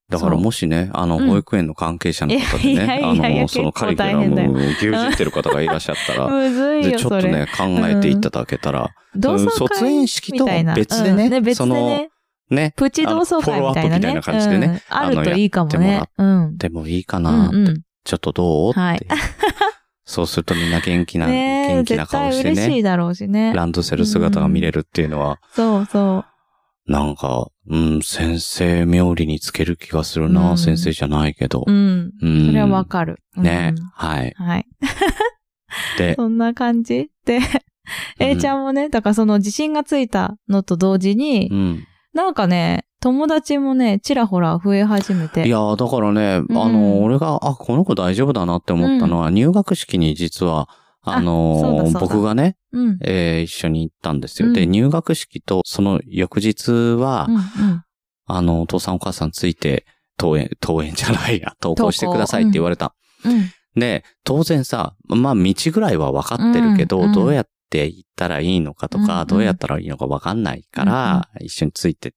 Speaker 1: だからもしね、あの、保育園の関係者の方でね、あの、そのカリキュラムを牛耳ってる方がいらっしゃったら、
Speaker 2: むずいよ、
Speaker 1: ちょっとね、考えていただけたら、卒園式と別でね、その、ね、
Speaker 2: プチ同窓会みたいなね。
Speaker 1: フォローアップみたいな感じでね。
Speaker 2: あるといいかもね。
Speaker 1: うん。でもいいかなって。ちょっとどうって。そうするとみんな元気な、元気な顔してね。
Speaker 2: 嬉しいだろうしね。
Speaker 1: ランドセル姿が見れるっていうのは。
Speaker 2: そうそう。
Speaker 1: なんか、うん、先生冥利につける気がするな、先生じゃないけど。
Speaker 2: うん。それはわかる。
Speaker 1: ね。はい。
Speaker 2: はい。で、そんな感じで、A ちゃんもね、だからその自信がついたのと同時に、なんかね、友達もね、ちらほら増え始めて。
Speaker 1: いやー、だからね、あの、俺が、あ、この子大丈夫だなって思ったのは、入学式に実は、あの、僕がね、え一緒に行ったんですよ。で、入学式とその翌日は、あの、お父さんお母さんついて、登園、登園じゃないや、登校してくださいって言われた。で、当然さ、まあ、道ぐらいは分かってるけど、どうやって行ったらいいのかとか、どうやったらいいのか分かんないから、一緒についてって、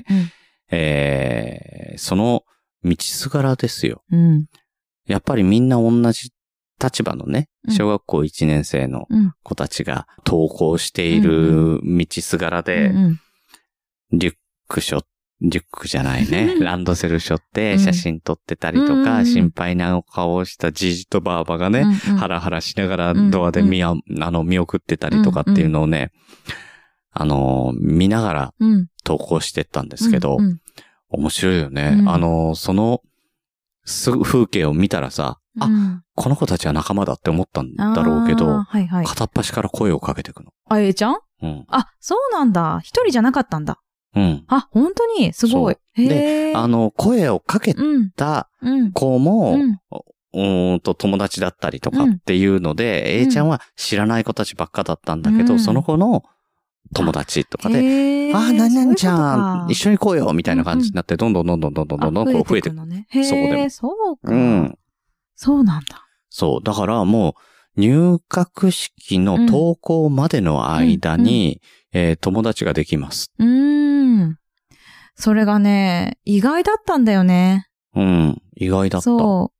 Speaker 1: えその道すがらですよ。やっぱりみんな同じ立場のね、小学校いちねん生の子たちが登校している道すがらで、リュックショット、リュックじゃないね。ランドセル背負って写真撮ってたりとか、うん、心配な顔をしたじじとばあばがね、うんうん、ハラハラしながらドアで見、うんうん、あの見送ってたりとかっていうのをね、うんうん、あの、見ながら投稿してったんですけど、うんうん、面白いよね。うん、あの、その風景を見たらさ、うん、あ、この子たちは仲間だって思ったんだろうけど、はいはい、片っ端から声をかけてくの。
Speaker 2: あ、えーちゃん？うん。あ、そうなんだ。一人じゃなかったんだ。
Speaker 1: うん。
Speaker 2: あ、本当にすごい。
Speaker 1: で、あの、声をかけた子も、うんうん、と友達だったりとかっていうので、うん、A ちゃんは知らない子たちばっかだったんだけど、うん、その子の友達とかで、ああ、何々ちゃん、一緒に行こうよみたいな感じになって、どんどんどんどんどんどんどんどんこう増えてくる。
Speaker 2: ね、へそこでも。そうか。
Speaker 1: うん。
Speaker 2: そうなんだ。
Speaker 1: そう。だからもう、入学式の登校までの間に、うんうんえー、友達ができます。
Speaker 2: うーん。それがね、意外だったんだよね。
Speaker 1: うん。意外だった。
Speaker 2: そう。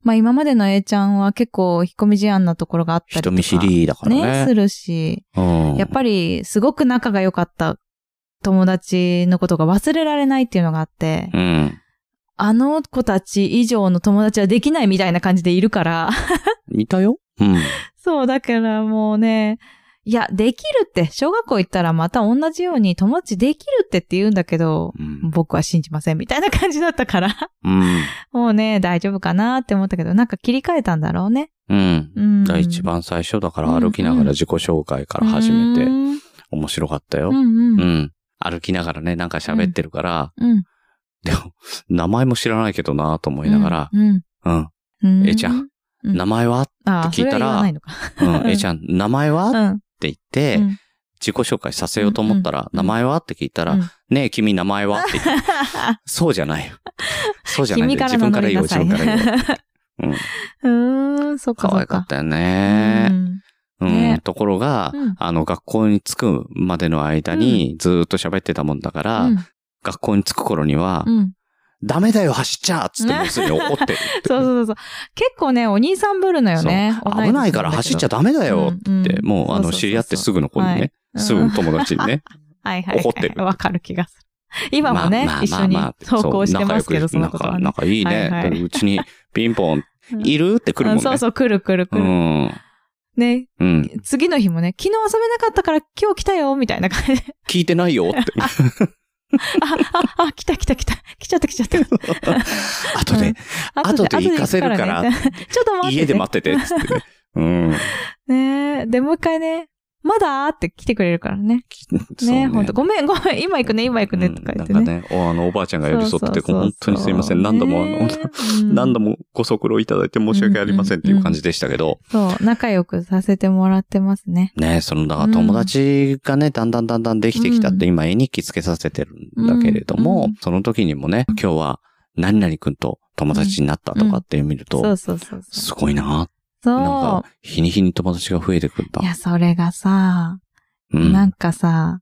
Speaker 2: まあ今までの A ちゃんは結構引っ込み思案なところがあったりとか。
Speaker 1: 人見知りだからね。
Speaker 2: ね、するし。
Speaker 1: うん。
Speaker 2: やっぱりすごく仲が良かった友達のことが忘れられないっていうのがあって。
Speaker 1: うん。
Speaker 2: あの子たち以上の友達はできないみたいな感じでいるから。
Speaker 1: 見たよ。うん。
Speaker 2: そう、だからもうね、いや、できるって、小学校行ったらまた同じように友達できるってって言うんだけど、うん、僕は信じませんみたいな感じだったから、
Speaker 1: うん、
Speaker 2: もうね、大丈夫かなって思ったけど、なんか切り替えたんだろうね。
Speaker 1: うん。うん、だ一番最初だから歩きながら自己紹介から始めて、うんうん、面白かったよ、
Speaker 2: うんうん
Speaker 1: うん。歩きながらね、なんか喋ってるから、
Speaker 2: うん、
Speaker 1: でも、名前も知らないけどなと思いながら、
Speaker 2: うん。
Speaker 1: うんうん、えちゃん、うん、名前はって聞いたら、うん、えちゃん、名前は、うんって言って、うん、自己紹介させようと思ったら、うん、名前はって聞いたら、うん、ねえ、君名前はって言って、そうじゃないよ。そうじゃないよ。自分から言おう、自分から言おう。
Speaker 2: うん。うーん、そっかそっか。
Speaker 1: 可愛かったよね。うん。うんね、ところが、
Speaker 2: うん、
Speaker 1: あの、学校に着くまでの間にずーっと喋ってたもんだから、うん、学校に着く頃には、
Speaker 2: うん
Speaker 1: ダメだよ、走っちゃつってもうすでに怒ってるって。
Speaker 2: そうそうそう。結構ね、お兄さんぶるのよね。
Speaker 1: 危ないから走っちゃダメだよって、うんうん、もう、あの、知り合ってすぐの子にね、はい、すぐ友達にね、
Speaker 2: はいはいはい、
Speaker 1: 怒ってる。
Speaker 2: わかる気がする。今もね、まあまあまあ、一緒に登校してますけど、そのことは、ね。
Speaker 1: 仲いいね。はいはい、うちにピンポン、いるって来るもんね。
Speaker 2: そうそう、来る来る来る。
Speaker 1: うん、
Speaker 2: ね、
Speaker 1: うん。
Speaker 2: 次の日もね、昨日遊べなかったから今日来たよ、みたいな感じで。
Speaker 1: 聞いてないよって。
Speaker 2: あ、あ、あ、来た来た来た。来ちゃった来ちゃった。
Speaker 1: 後で、後で行かせるから、ちょっと待って。家で待ってて、つってね。うん。
Speaker 2: ねえ、で、もう一回ね、まだって来てくれるからね。ねえ、ほんと。ごめん、ごめん、今行くね、今行くね、とか言ってね。
Speaker 1: なんかね、お、あの、おばあちゃんが寄り添ってて、本当にすいません。何度も、あの、何度もご足労いただいて申し訳ありませんっていう感じでしたけど。
Speaker 2: そう、仲良くさせてもらってますね。
Speaker 1: ねえ、その、だから友達がね、だんだんだんだんできてきたって、今絵日記つけさせてるんだけれども、その時にもね、今日は何々くんと友達になったとかって見ると、
Speaker 2: そうそうそう。
Speaker 1: すごいな。
Speaker 2: そう。
Speaker 1: なんか、日に日に友達が増えてくんだ。
Speaker 2: いや、それがさ、うん、なんかさ、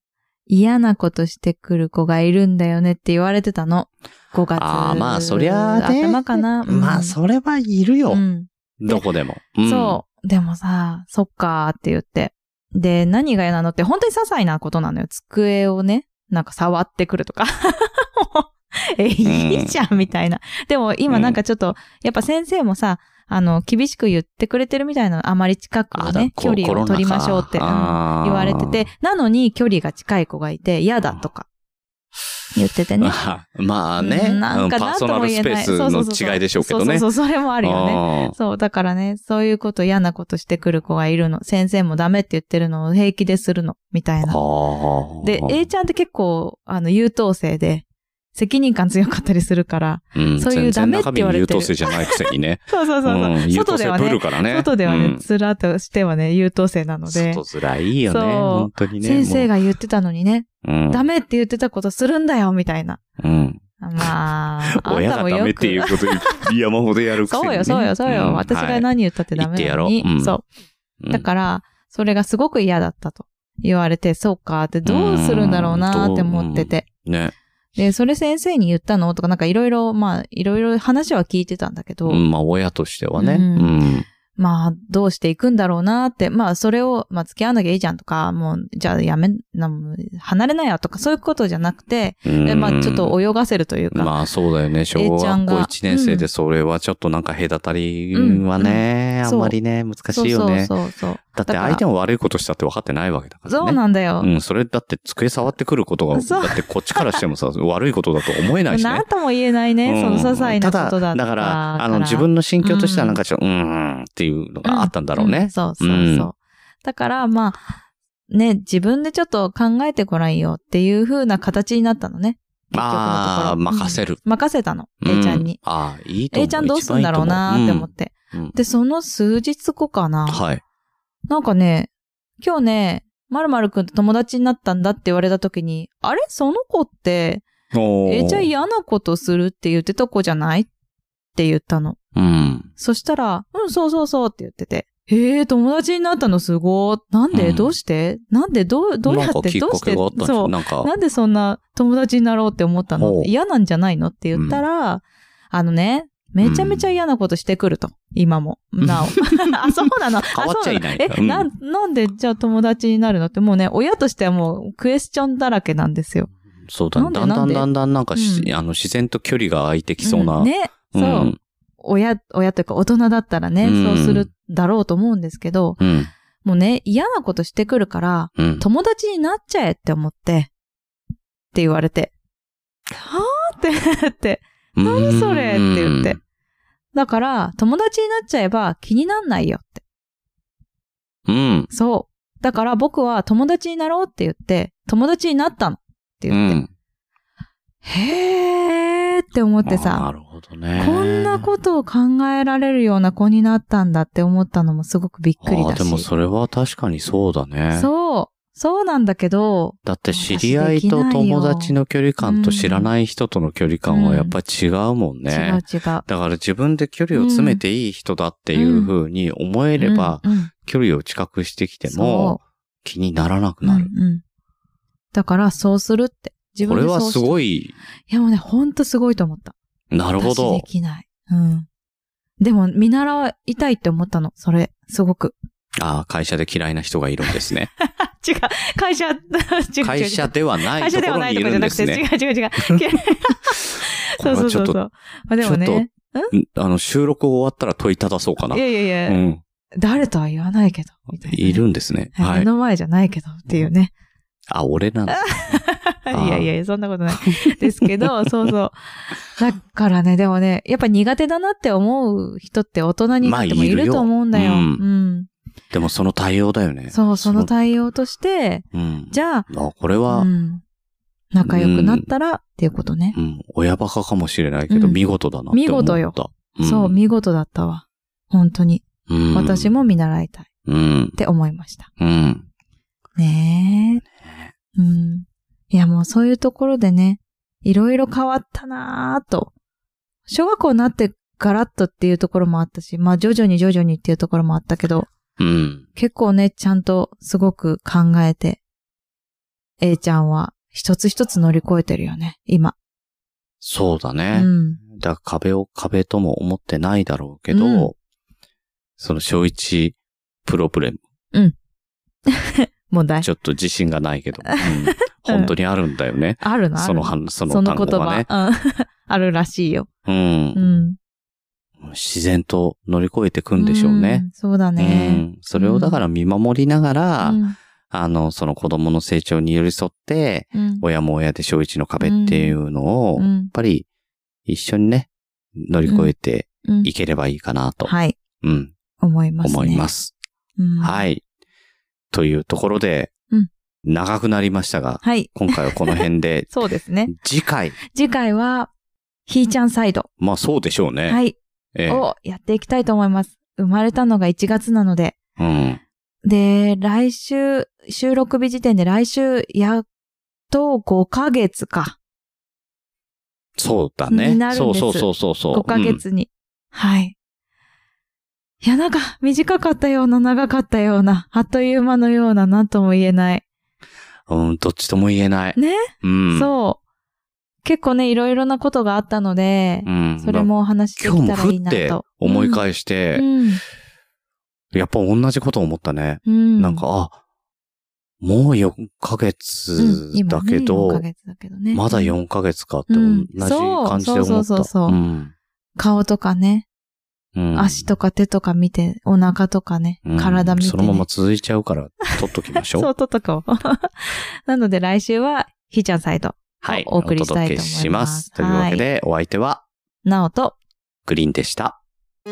Speaker 2: 嫌なことしてくる子がいるんだよねって言われてたの。ごがつ。
Speaker 1: ああ、まあ、そりゃあね。
Speaker 2: 頭かな。うん、
Speaker 1: まあ、それはいるよ。
Speaker 2: うん、
Speaker 1: どこでも、
Speaker 2: うん。そう。でもさ、そっかーって言って。で、何が嫌なのって本当に些細なことなのよ。机をね、なんか触ってくるとか。え、いいじゃん、みたいな。でも今なんかちょっと、やっぱ先生もさ、あの、厳しく言ってくれてるみたいな、あまり近くね、距離を取りましょうって、うん、言われてて、なのに距離が近い子がいて嫌だとか言っててね。
Speaker 1: まあね、なんかパーソナルスペースの違いでしょうけどね。
Speaker 2: そうそうそう、それもあるよね。そう、だからね、そういうこと嫌なことしてくる子がいるの。先生もダメって言ってるのを平気でするの、みたいな。で、A ちゃんって結構、あの、優等生で、責任感強かったりするから、うん、そういうダメって言われてる。
Speaker 1: 全然中身優等生じゃないくせにね。
Speaker 2: そうそうそうそう、うん。
Speaker 1: 外ではね、
Speaker 2: 外ではね、つらとしてはね、優等生なので。
Speaker 1: 外面いいよね。本当にね。
Speaker 2: 先生が言ってたのにね、うん、ダメって言ってたことするんだよ、みたいな。
Speaker 1: うん、
Speaker 2: まあ、
Speaker 1: 親がダメっていうこと山ほどやるくせに、ね。
Speaker 2: そうよ、そうよ、そうよ、うん。私が何言ったってダメなのに。はい、そう。だから、それがすごく嫌だったと言われて、そうかってどうするんだろうなって思ってて。
Speaker 1: ね。
Speaker 2: で、それ先生に言ったのとか、なんかいろいろ、まあ、いろいろ話は聞いてたんだけど。
Speaker 1: うん、まあ、親としてはね。
Speaker 2: うんうん、まあ、どうしていくんだろうなって、まあ、それを、まあ、付き合わなきゃいいじゃんとか、もう、じゃあやめ、な離れなよとか、そういうことじゃなくて、でまあ、ちょっと泳がせるというか。
Speaker 1: まあ、そうだよね。小学校いちねん生でそれはちょっとなんか隔たりはね、うんうん、あんまりね、難しいよね。
Speaker 2: そうそうそうそう。
Speaker 1: だって相手も悪いことしたって分かってないわけだからね。
Speaker 2: そうなんだよ。
Speaker 1: うん、それだって机触ってくることが、だってこっちからしてもさ、悪いことだと思えないしね。
Speaker 2: なんとも言えないね、うん、その些細なことだったから。
Speaker 1: だから、あの、自分の心境としてはなんかちょっと、うん、うんっていうのがあったんだろうね。うんうん、
Speaker 2: そうそうそう。うん、だから、まあ、ね、自分でちょっと考えてごらんよっていう風な形になったのね。
Speaker 1: ああ、任せる、
Speaker 2: うん。任せたの、A ちゃんに。
Speaker 1: ああ、いいと思う。
Speaker 2: A ちゃんどうすんだろうなーって思って、うんうん。で、その数日後かな。
Speaker 1: はい。
Speaker 2: なんかね、今日ね、〇〇くんと友達になったんだって言われた時に、あれその子って、え、じゃあ嫌なことするって言ってた子じゃないって言ったの。
Speaker 1: うん。
Speaker 2: そしたら、うん、そうそうそうって言ってて、へえ、友達になったのすごー。なんで、うん、どうしてなんでどう、どうやってどうしてそう。なんか。なんでそんな友達になろうって思ったの嫌なんじゃないのって言ったら、うん、あのね、めちゃめちゃ嫌なことしてくると。今も。なお。あ、そうなの。
Speaker 1: 変わっちゃいない。
Speaker 2: え、うん、な、なんでじゃあ友達になるのってもうね、親としてはもうクエスチョンだらけなんですよ。
Speaker 1: そうだね。だんだんだんだんなんか、うん、あの自然と距離が空いてきそうな。
Speaker 2: うん、ね。そう。うん親、親というか大人だったらね、うん、そうするだろうと思うんですけど、
Speaker 1: うん、
Speaker 2: もうね、嫌なことしてくるから、うん、友達になっちゃえって思って、って言われて、はぁって言って、何それって言って。だから、友達になっちゃえば気になんないよって。
Speaker 1: うん。
Speaker 2: そう。だから僕は友達になろうって言って、友達になったのって言って。うん、へーって思ってさ、
Speaker 1: なるほどね。
Speaker 2: こんなことを考えられるような子になったんだって思ったのもすごくびっくりだし。
Speaker 1: あ、でもそれは確かにそうだね。
Speaker 2: そう。そうなんだけど。
Speaker 1: だって知り合いと友達の距離感と知らない人との距離感はやっぱり違うもんね。
Speaker 2: うんうん、違う違う。
Speaker 1: だから自分で距離を詰めていい人だっていう風に思えれば、
Speaker 2: うんうん、
Speaker 1: 距離を近くしてきても気にならなくなる。
Speaker 2: うんうん、だからそうするって。自分でそう
Speaker 1: これはすごい。
Speaker 2: いやもうね、ほんとすごいと思った。
Speaker 1: なるほど。
Speaker 2: 私できない。うん。でも見習いたいって思ったの。それ、すごく。
Speaker 1: ああ、会社で嫌いな人がいるんですね。
Speaker 2: 違う。会社、違う。
Speaker 1: 会社ではないところにいるんですね。
Speaker 2: 会社ではないところじゃなくて、違う違う違う。そうそうそうそう。まあでもね。
Speaker 1: あの、収録終わったら問いただそうかな。
Speaker 2: いやいやいや。
Speaker 1: うん、
Speaker 2: 誰とは言わないけど。みたいな、ね。
Speaker 1: いるんですね。はい。
Speaker 2: 目の前じゃないけどっていうね。
Speaker 1: あ、俺なんだ。
Speaker 2: いやいや、そんなことない。ですけど、そうそう。だからね、でもね、やっぱ苦手だなって思う人って大人になってもいると思うんだよ。
Speaker 1: まあ、いるよ。
Speaker 2: うん。うん、
Speaker 1: でもその対応だよね。
Speaker 2: そう、その対応として、
Speaker 1: うん、
Speaker 2: じゃあ、
Speaker 1: あ、これは、
Speaker 2: うん、仲良くなったら、うん、っていうことね。
Speaker 1: うん。親バカかもしれないけど、うん、見事だなって思った。見事よ。
Speaker 2: うん、そう、見事だったわ。本当に。うん、私も見習いたい。
Speaker 1: うん。
Speaker 2: って思いました。
Speaker 1: うん。
Speaker 2: ねえ。うん。いやもうそういうところでね、いろいろ変わったなぁと。小学校になってガラッとっていうところもあったし、まあ徐々に徐々にっていうところもあったけど、
Speaker 1: うん、
Speaker 2: 結構ね、ちゃんとすごく考えて A ちゃんは一つ一つ乗り越えてるよね、今。
Speaker 1: そうだね。
Speaker 2: うん、
Speaker 1: だから壁を壁とも思ってないだろうけど、うん、その小一プロブレム。
Speaker 2: うん。問題。
Speaker 1: ちょっと自信がないけど、うん、本当にあるんだよね。
Speaker 2: あるの
Speaker 1: そのその単語がね。
Speaker 2: その言葉、うん、あるらしいよ。
Speaker 1: うん。うん自然と乗り越えていくんでしょうね。
Speaker 2: うん、そうだね、
Speaker 1: うん。それをだから見守りながら、
Speaker 2: うん、
Speaker 1: あの、その子供の成長に寄り添って、うん、親も親で小一の壁っていうのを、うん、やっぱり一緒にね、乗り越えていければいいかなと。
Speaker 2: うん、はい。
Speaker 1: うん。
Speaker 2: 思いますね。
Speaker 1: 思います。
Speaker 2: うん、
Speaker 1: はい。というところで、うん、長くなりましたが、
Speaker 2: はい、
Speaker 1: 今回はこの辺で。
Speaker 2: そうですね。
Speaker 1: 次回。
Speaker 2: 次回は、ひーちゃんサイド。
Speaker 1: まあそうでしょうね。
Speaker 2: はい。
Speaker 1: ええ、
Speaker 2: をやっていきたいと思います。生まれたのがいちがつなので。
Speaker 1: うん、
Speaker 2: で、来週、収録日時点で来週、やっとごかげつか。
Speaker 1: そうだね。
Speaker 2: になるんです。
Speaker 1: そうそうそうそうそう。
Speaker 2: ごかげつに、うん。はい。いや、なんか、短かったような、長かったような、あっという間のような、なんとも言えない。
Speaker 1: うん、どっちとも言えない。
Speaker 2: ね、
Speaker 1: うん、
Speaker 2: そう。結構ね、いろいろなことがあったので、うん、それもお話しできたらいいなと。
Speaker 1: 今日もふって思い返して、
Speaker 2: うん、
Speaker 1: やっぱ同じこと思ったね。
Speaker 2: うん、
Speaker 1: なんか、あ、もうよんかげつだけど、
Speaker 2: うん、今ね、よんかげつだけどね、
Speaker 1: まだよんかげつかって同じ感じで思った。
Speaker 2: そうそうそうそう、うん、顔とかね、うん、足とか手とか見て、お腹とかね、うん、体見て、ね。
Speaker 1: そのまま続いちゃうから、取っときましょう。
Speaker 2: そう、取っとこう。なので来週は、ひーちゃんサイド。はい。お送りしたいと思います。お届けします。
Speaker 1: というわけで、はい、お相手は、
Speaker 2: なおと、
Speaker 1: グリーンでした。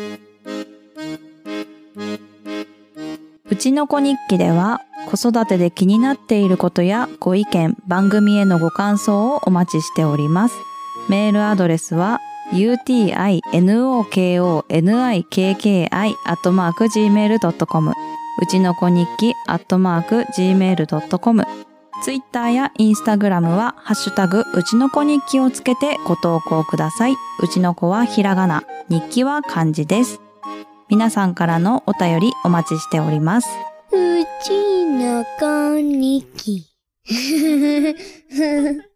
Speaker 2: うちの子日記では、子育てで気になっていることやご意見、番組へのご感想をお待ちしております。メールアドレスは、ユーティーアイエヌオーケーオーエヌアイケーケーアイ アットマーク ジーメールドットコム うちの子日記アットマーク ジーメールドットコム ツイッターやインスタグラムはハッシュタグうちの子日記をつけてご投稿ください。うちの子はひらがな、日記は漢字です。皆さんからのお便りお待ちしております。
Speaker 3: うちの子日記